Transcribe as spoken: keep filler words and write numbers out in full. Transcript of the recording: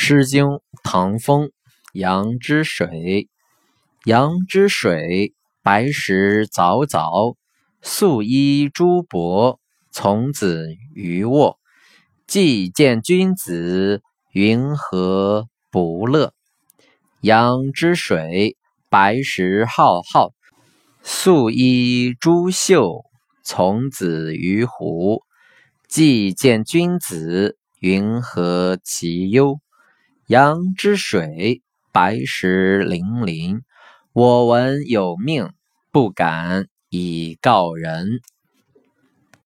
诗经·唐风。阳之水，阳之水，白石凿凿，素衣诸帛，从子于沃。既见君子，云何不乐？阳之水，白石浩浩，素衣诸秀，从子于湖。既见君子，云何其忧？阳之水，白石粼粼，我闻有命，不敢以告人。